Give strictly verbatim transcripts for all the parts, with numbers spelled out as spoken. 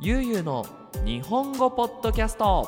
ゆうゆうの日本語ポッドキャスト。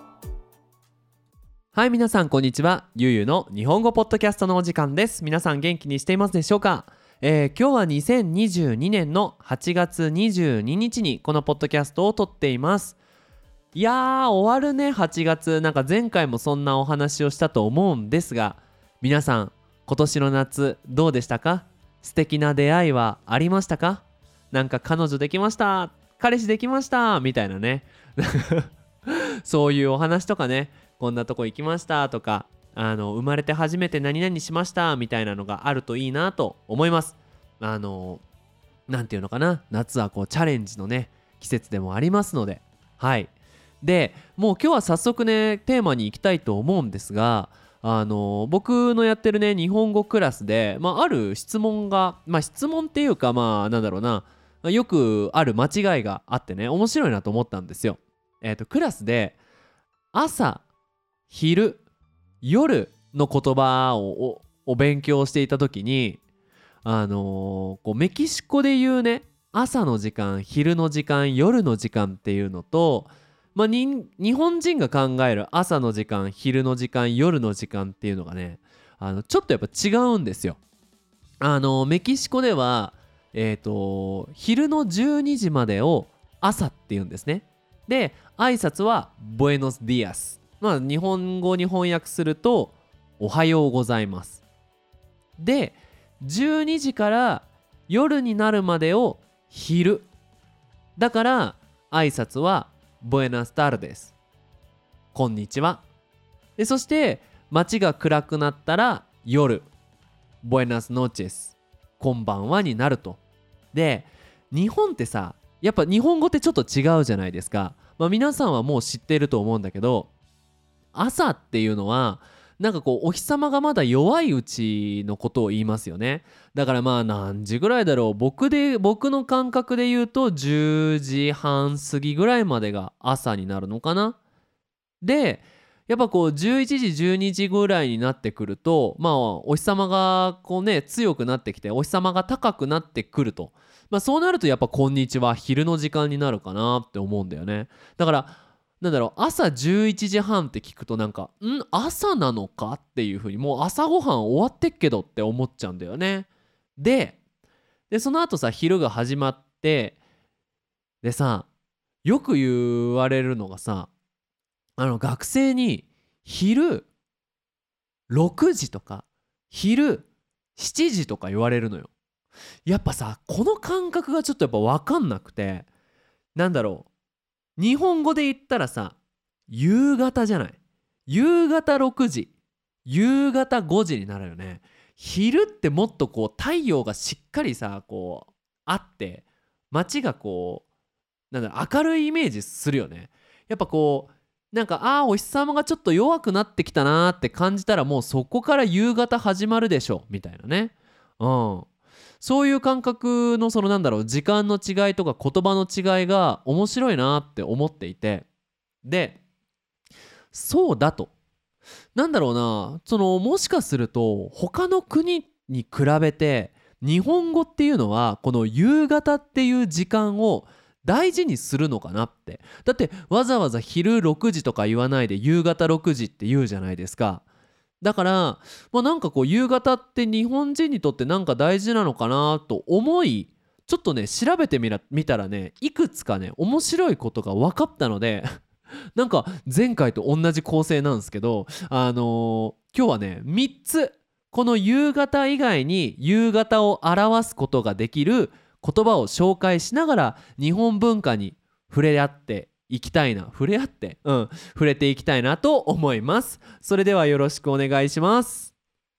はい、皆さんこんにちは。ゆうゆうの日本語ポッドキャストのお時間です。皆さん元気にしていますでしょうか？えー、今日はにせんにじゅうにねんのはちがつにじゅうににちにこのポッドキャストを撮っています。いやー終わるねはちがつ。なんか前回もそんなお話をしたと思うんですが、皆さん今年の夏どうでしたか？素敵な出会いはありましたか？なんか彼女できました、彼氏できましたみたいなねそういうお話とかね、こんなとこ行きましたとか、あの生まれて初めて何々しましたみたいなのがあるといいなと思います。あのなんていうのかな、夏はこうチャレンジのね季節でもありますので、はい。でもう今日は早速ねテーマに行きたいと思うんですが、あの僕のやってるね日本語クラスで、まあ、ある質問が、まあ質問っていうか、まあなんだろうな、よくある間違いがあってね、面白いなと思ったんですよ。えっとクラスで朝、昼、夜の言葉をおお勉強していた時に、あのーこうメキシコで言うね朝の時間、昼の時間、夜の時間っていうのと、まあ、に日本人が考える朝の時間、昼の時間、夜の時間っていうのがね、あのちょっとやっぱ違うんですよ。あのメキシコでは、えーと昼のじゅうにじまでを朝って言うんですね。で挨拶はブエノスディアス、まあ日本語に翻訳するとおはようございます。でじゅうにじから夜になるまでを昼だから、挨拶はブエナスタルデス、こんにちは。でそして街が暗くなったら夜、ブエナスノーチェス、こんばんはになると。で日本ってさ、やっぱ日本語ってちょっと違うじゃないですか。まあ皆さんはもう知っていると思うんだけど、朝っていうのはなんかこうお日様がまだ弱いうちのことを言いますよね。だからまあ何時ぐらいだろう、僕で僕の感覚で言うとじゅうじはん過ぎぐらいまでが朝になるのかな。でやっぱこうじゅういちじじゅうにじぐらいになってくると、まあお日様がこうね強くなってきて、お日様が高くなってくると、まあそうなるとやっぱこんにちは昼の時間になるかなって思うんだよね。だからなんだろう、朝じゅういちじはんって聞くとなんかん朝なのかっていう風に、もう朝ごはん終わってっけどって思っちゃうんだよね。ででその後さ昼が始まって、でさよく言われるのがさ、あの学生に昼ろくじとか昼しちじとか言われるのよ。やっぱさこの感覚がちょっとやっぱ分かんなくて、なんだろう、日本語で言ったらさ夕方じゃない。夕方ろくじ、夕方ごじになるよね。昼ってもっとこう太陽がしっかりさこうあって、街がこうなんだろう明るいイメージするよね。やっぱこうなんかあーお日様がちょっと弱くなってきたなーって感じたら、もうそこから夕方始まるでしょみたいなね。うん、そういう感覚のそのなんだろう時間の違いとか言葉の違いが面白いなって思っていて、でそうだと、なんだろうな、そのもしかすると他の国に比べて日本語っていうのはこの夕方っていう時間を大事にするのかなって。だってわざわざ昼ろくじとか言わないで夕方ろくじって言うじゃないですか。だから、まあ、なんかこう夕方って日本人にとってなんか大事なのかなと思い、ちょっとね調べてみら見たらね、いくつかね面白いことが分かったのでなんか前回と同じ構成なんですけど、あのー今日はねみっつ、この夕方以外に夕方を表すことができる言葉を紹介しながら日本文化に触れ合っていきたいな触れ合ってうん触れていきたいなと思います。それではよろしくお願いします。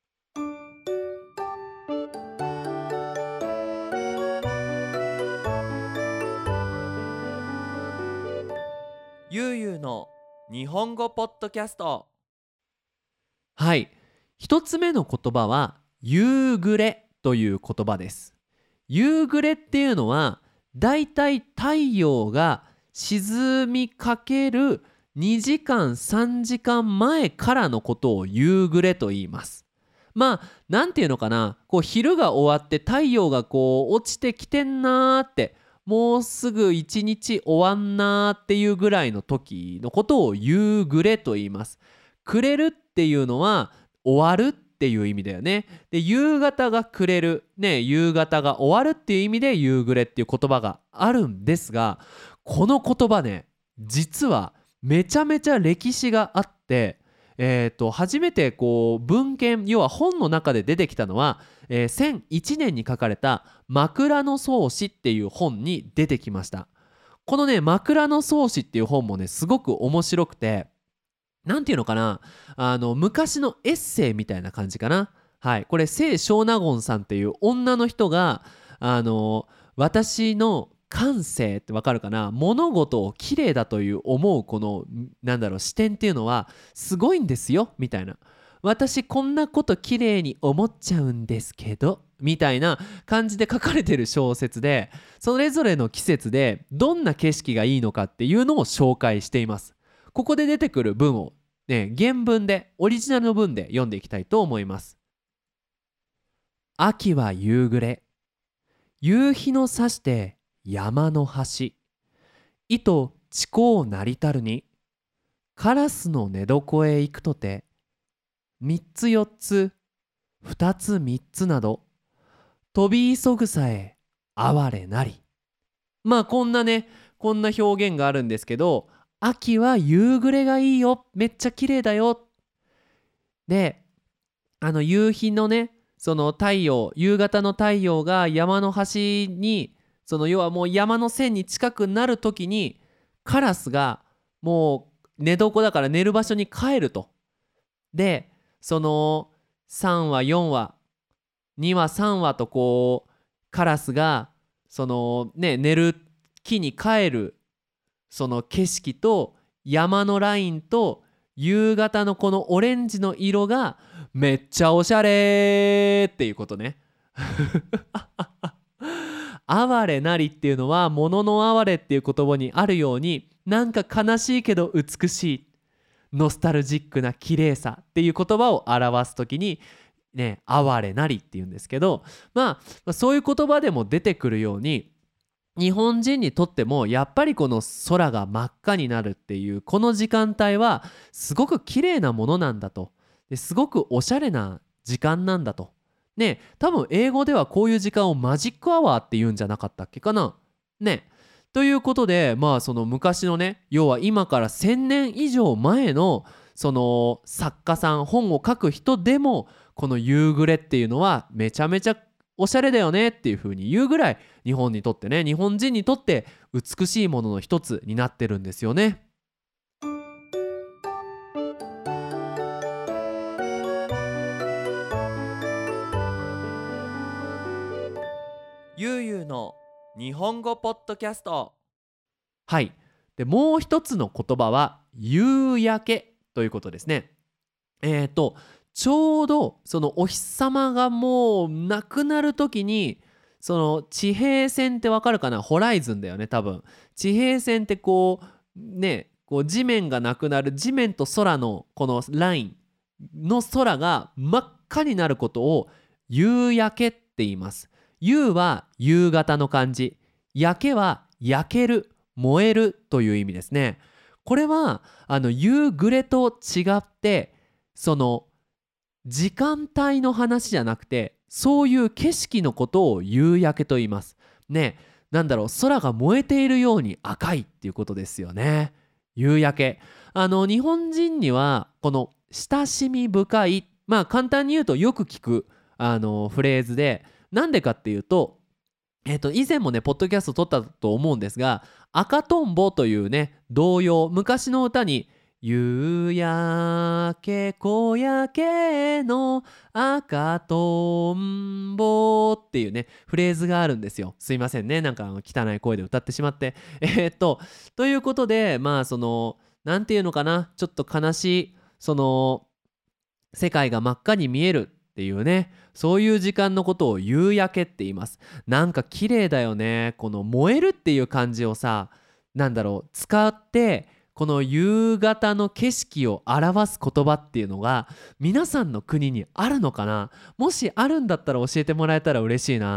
ゆうゆうの日本語ポッドキャスト。はい、一つ目の言葉は夕暮れという言葉です。夕暮れっていうのはだいたい太陽が沈みかけるにじかんさんじかんまえからのことを夕暮れと言います。まあなんていうのかな、こう昼が終わって太陽がこう落ちてきてんなーって、 もうすぐ一日終わんなーっていうぐらいの時のことを夕暮れと言います。暮れるっていうのは終わるっていう意味だよね。で、夕方が暮れる、ね、夕方が終わるっていう意味で夕暮れっていう言葉があるんですが、この言葉ね、実はめちゃめちゃ歴史があって、えー、と初めてこう文献、要は本の中で出てきたのは、えーせんいちねんに書かれた枕草子っていう本に出てきました。このね、枕草子っていう本もね、すごく面白くて、なんていうのかな、あの昔のエッセイみたいな感じかな。はい、これ清少納言さんっていう女の人が、あの私の感性ってわかるかな、物事を綺麗だという思うこのなんだろう視点っていうのはすごいんですよみたいな、私こんなこと綺麗に思っちゃうんですけどみたいな感じで書かれてる小説で、それぞれの季節でどんな景色がいいのかっていうのを紹介しています。ここで出てくる文を、ね、原文でオリジナルの文で読んでいきたいと思います。秋は夕暮れ、夕日の差して山の端、糸地高なりたるに、カラスの寝床へ行くとて、三つ四つ二つ三つなど、飛び急ぐさえ哀れなり。まあこんなね、こんな表現があるんですけど、秋は夕暮れがいいよ、めっちゃ綺麗だよ。で、あの夕日のね、その太陽、夕方の太陽が山の端に、その要はもう山の線に近くなる時に、カラスがもう寝床だから寝る場所に帰ると。で、そのさんわよんわにわさんわとこうカラスがそのね寝る木に帰るその景色と山のラインと夕方のこのオレンジの色がめっちゃおしゃれっていうことね。哀れなりっていうのは物の哀れっていう言葉にあるように、なんか悲しいけど美しい、ノスタルジックな綺麗さっていう言葉を表すときにね、哀れなりっていうんですけど、まあそういう言葉でも出てくるように、日本人にとってもやっぱりこの空が真っ赤になるっていうこの時間帯はすごく綺麗なものなんだと。ですごくおしゃれな時間なんだと。ね、多分英語ではこういう時間をマジックアワーって言うんじゃなかったっけかな。ね。ということで、まあその昔のね、要は今からせんねん以上前のその作家さん、本を書く人でもこの夕暮れっていうのはめちゃめちゃおしゃれだよねっていう風に言うぐらい、日本にとってね、日本人にとって美しいものの一つになってるんですよね。ゆうゆうの日本語ポッドキャスト。はい。で、もう一つの言葉は夕焼けということですね。えーとちょうどそのお日様がもうなくなる時に、その地平線ってわかるかな、ホライズンだよね多分。地平線ってこうね、こう地面がなくなる、地面と空のこのラインの空が真っ赤になることを夕焼けって言います。夕は夕方の漢字、焼けは焼ける、燃えるという意味ですね。これはあの夕暮れと違って、その時間帯の話じゃなくて、そういう景色のことを夕焼けと言います。ね、なんだろう、空が燃えているように赤いっていうことですよね。夕焼け。あの日本人にはこの親しみ深い、まあ簡単に言うとよく聞くあのフレーズで、なんでかっていうと、えっと以前もねポッドキャスト撮ったと思うんですが、赤とんぼというね童謡、昔の歌に夕焼け小焼けの赤とんぼっていうねフレーズがあるんですよ。すいませんね、なんかあの汚い声で歌ってしまって。えーっとということで、まあそのなんていうのかな、ちょっと悲しい、その世界が真っ赤に見えるっていうね、そういう時間のことを夕焼けって言います。なんか綺麗だよね。この燃えるっていう漢字をさ、なんだろう、使ってこの夕方の景色を表す言葉っていうのが皆さんの国にあるのかな。もしあるんだったら教えてもらえたら嬉しいな。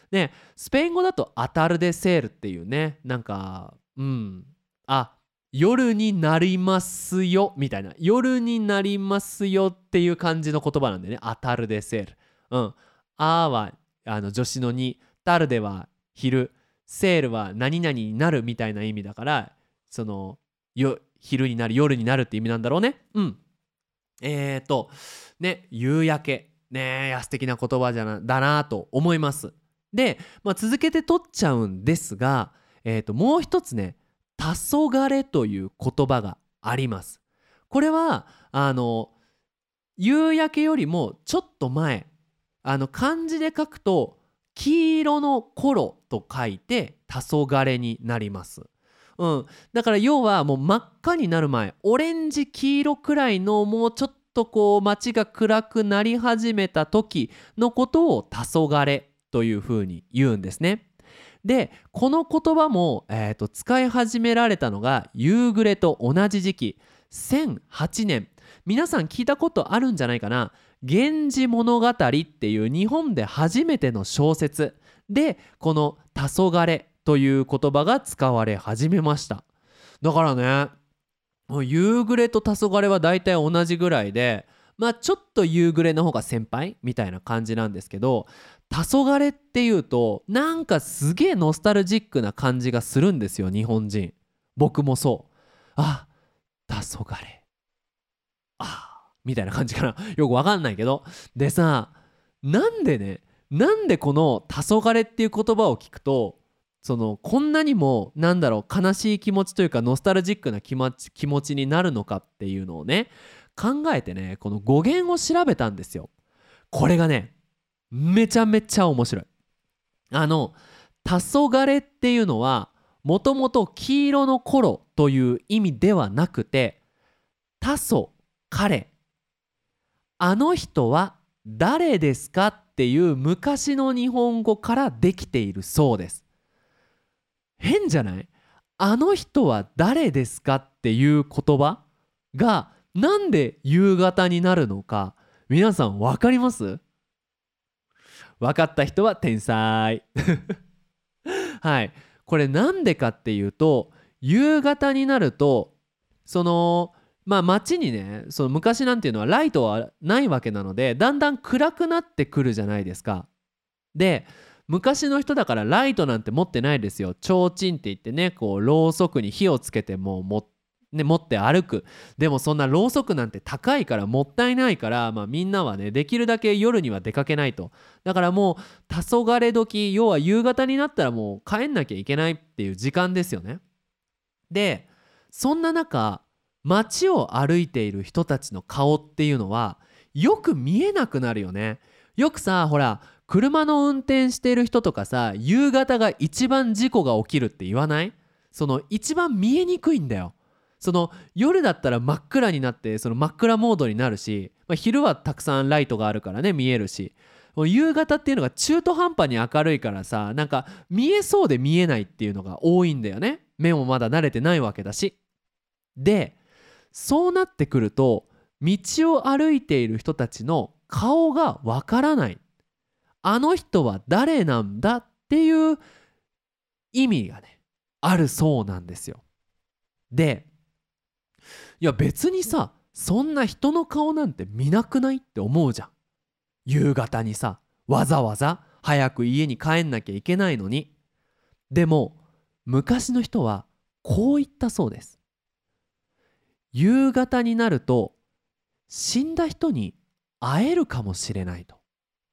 でスペイン語だとアタルデセールっていうね、なんかうんあ夜になりますよみたいな、夜になりますよっていう感じの言葉なんでね、アタルデセール。うんあーはあの助詞のに、タルデは昼、セールは何々になるみたいな意味だから、そのよ昼になる夜になるって意味なんだろうね。うんえーとね夕焼けねえ、いや素敵な言葉じゃなだなと思います。で、まあ、続けて取っちゃうんですが、えーともう一つね、黄昏という言葉があります。これはあの夕焼けよりもちょっと前、あの漢字で書くと黄色の頃と書いて黄昏になります。うん、だから要はもう真っ赤になる前、オレンジ黄色くらいのもうちょっとこう街が暗くなり始めた時のことを黄昏というふうに言うんですね。でこの言葉も、えーと使い始められたのが夕暮れと同じ時期、せんはちねん。皆さん聞いたことあるんじゃないかな。源氏物語っていう日本で初めての小説で、この黄昏という言葉が使われ始めました。だからね、もう夕暮れと黄昏はだいたい同じぐらいで、まあちょっと夕暮れの方が先輩みたいな感じなんですけど、黄昏っていうとなんかすげえノスタルジックな感じがするんですよ、日本人。僕もそう。あ、黄昏あみたいな感じかなよくわかんないけど。でさ、なんでねなんでこの黄昏っていう言葉を聞くと、そのこんなにもなんだろう悲しい気持ちというかノスタルジックな気持ち気持ちになるのかっていうのをね考えてね、この語源を調べたんですよ。これがねめちゃめちゃ面白い。あの黄昏っていうのはもともと黄色の頃という意味ではなくて、多祖彼あの人は誰ですかっていう昔の日本語からできているそうです。変じゃない？あの人は誰ですかっていう言葉がなんで夕方になるのか、皆さん分かります？分かった人は天才はいこれなんでかっていうと、夕方になるとそのまあ街にね、その昔なんていうのはライトはないわけなので、だんだん暗くなってくるじゃないですか。で昔の人だからライトなんて持ってないですよ。提灯って言ってね、こうろうそくに火をつけてもうも、ね、持って歩く。でもそんなろうそくなんて高いからもったいないから、まあ、みんなはねできるだけ夜には出かけないと。だからもう黄昏時、要は夕方になったらもう帰んなきゃいけないっていう時間ですよね。でそんな中街を歩いている人たちの顔っていうのはよく見えなくなるよね。よくさほら車の運転している人とかさ、夕方が一番事故が起きるって言わない？その一番見えにくいんだよ。その夜だったら真っ暗になってその真っ暗モードになるし、まあ、昼はたくさんライトがあるからね見えるし、もう夕方っていうのが中途半端に明るいからさ、なんか見えそうで見えないっていうのが多いんだよね。目もまだ慣れてないわけだし。でそうなってくると道を歩いている人たちの顔がわからない、あの人は誰なんだっていう意味がねあるそうなんですよ。でいや別にさそんな人の顔なんて見なくないって思うじゃん。夕方にさわざわざ早く家に帰んなきゃいけないのに。でも昔の人はこう言ったそうです。夕方になると死んだ人に会えるかもしれないと。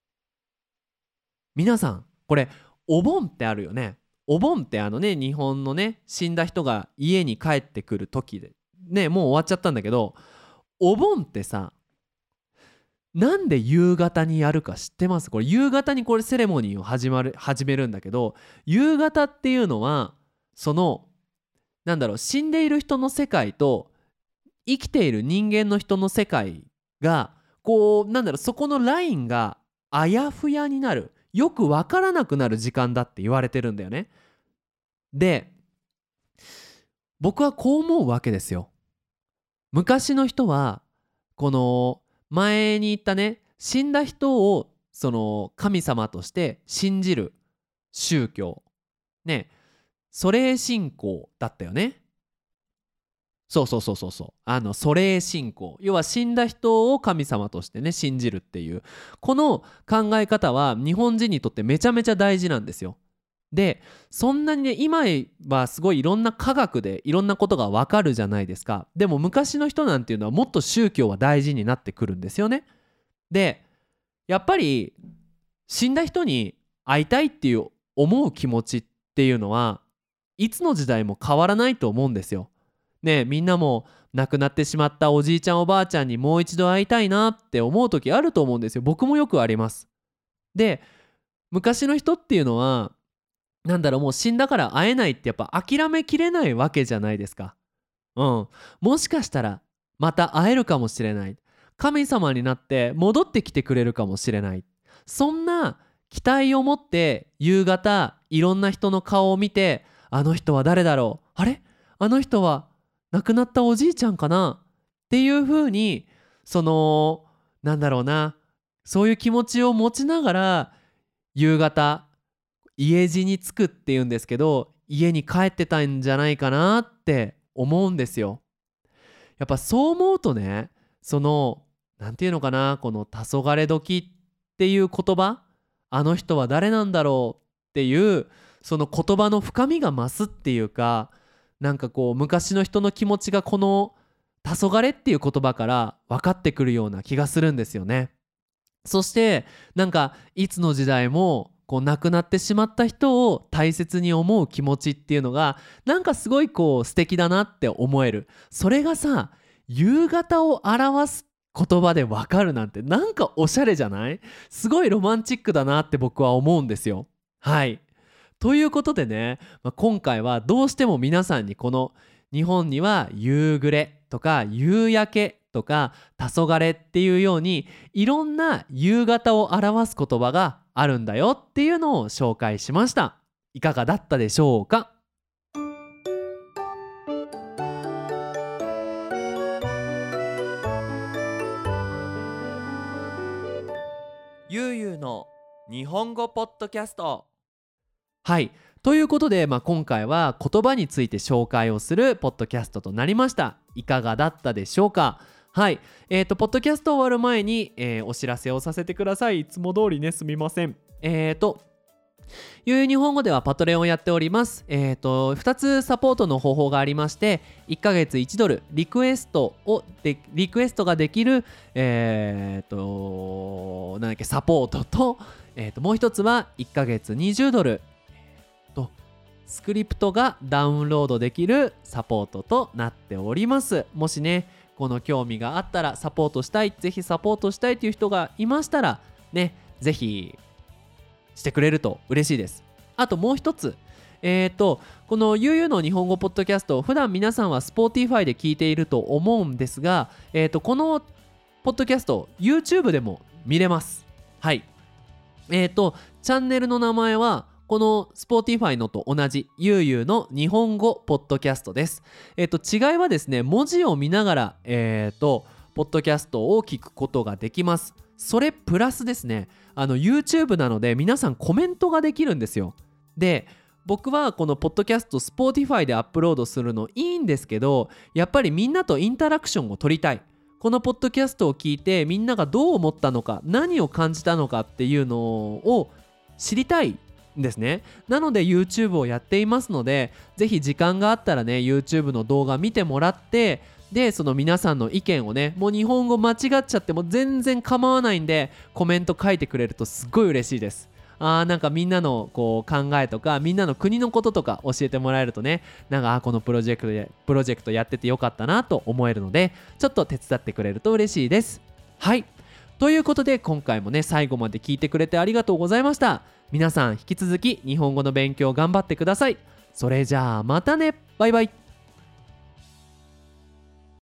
皆さんこれお盆ってあるよね。お盆ってあのね日本のね死んだ人が家に帰ってくる時でね、もう終わっちゃったんだけど、お盆ってさなんで夕方にやるか知ってます？これ夕方にこれセレモニーを始まる始めるんだけど、夕方っていうのはそのなんだろう死んでいる人の世界と生きている人間の人の世界がこうなんだろうそこのラインがあやふやになる、よくわからなくなる時間だって言われてるんだよね。で僕はこう思うわけですよ。昔の人はこの前に言ったね死んだ人をその神様として信じる宗教ね、祖霊信仰だったよね。そうそうそうそうそうあの祖霊信仰、要は死んだ人を神様としてね信じるっていうこの考え方は日本人にとってめちゃめちゃ大事なんですよ。でそんなにね今はすごいいろんな科学でいろんなことがわかるじゃないですか。でも昔の人なんていうのはもっと宗教は大事になってくるんですよね。でやっぱり死んだ人に会いたいっていう思う気持ちっていうのはいつの時代も変わらないと思うんですよ。ねえみんなも亡くなってしまったおじいちゃんおばあちゃんにもう一度会いたいなって思う時あると思うんですよ。僕もよくあります。で昔の人っていうのはなんだろうもう死んだから会えないってやっぱ諦めきれないわけじゃないですか。うん、もしかしたらまた会えるかもしれない、神様になって戻ってきてくれるかもしれない、そんな期待を持って夕方いろんな人の顔を見て、あの人は誰だろう、あれあの人は亡くなったおじいちゃんかなっていう風にそのなんだろうなそういう気持ちを持ちながら夕方家路に着くっていうんですけど家に帰ってたんじゃないかなって思うんですよ。やっぱそう思うとねそのなんていうのかなこの黄昏時っていう言葉、あの人は誰なんだろうっていうその言葉の深みが増すっていうか、なんかこう昔の人の気持ちがこの黄昏っていう言葉から分かってくるような気がするんですよね。そしてなんかいつの時代もこう亡くなってしまった人を大切に思う気持ちっていうのがなんかすごいこう素敵だなって思える。それがさ夕方を表す言葉でわかるなんてなんかおしゃれじゃない？すごいロマンチックだなって僕は思うんですよ。はいということでね、まあ、今回はどうしても皆さんにこの日本には夕暮れとか夕焼けとか黄昏っていうようにいろんな夕方を表す言葉があるんだよっていうのを紹介しました。いかがだったでしょうか？ゆうゆうの日本語ポッドキャスト。はいということで、まあ、今回は言葉について紹介をするポッドキャストとなりました。いかがだったでしょうか？はいえーとポッドキャスト終わる前に、えーお知らせをさせてください。いつも通りねすみません。えーとゆうゆう日本語ではパトレオンをやっております。えーとふたつサポートの方法がありまして、いっかげついちドルリクエストをでリクエストができるえーとなんだっけサポートと、えーともう一つはいっかげつにじゅうドルとスクリプトがダウンロードできるサポートとなっております。もしねこの興味があったらサポートしたい、ぜひサポートしたいという人がいましたらねぜひしてくれると嬉しいです。あともう一つえーとこのゆうゆうの日本語ポッドキャスト、普段皆さんは Spotify で聞いていると思うんですが、えーとこのポッドキャスト YouTube でも見れます。はいえーとチャンネルの名前はこの Spotify のと同じゆうゆうの日本語ポッドキャストです。えっと違いはですね文字を見ながらえっとポッドキャストを聞くことができます。それプラスですねあの YouTube なので皆さんコメントができるんですよ。で僕はこのポッドキャスト Spotify でアップロードするのいいんですけど、やっぱりみんなとインタラクションを取りたい。このポッドキャストを聞いてみんながどう思ったのか何を感じたのかっていうのを知りたいですね。なので YouTube をやっていますので、ぜひ時間があったらね YouTube の動画見てもらって、でその皆さんの意見をねもう日本語間違っちゃっても全然構わないんでコメント書いてくれるとすっごい嬉しいです。あーなんかみんなのこう考えとかみんなの国のこととか教えてもらえるとね、なんかあこのプロジェクトでプロジェクトやっててよかったなと思えるので、ちょっと手伝ってくれると嬉しいです。はいということで今回もね最後まで聞いてくれてありがとうございました。皆さん引き続き日本語の勉強頑張ってください。それじゃあまたね、バイバイ。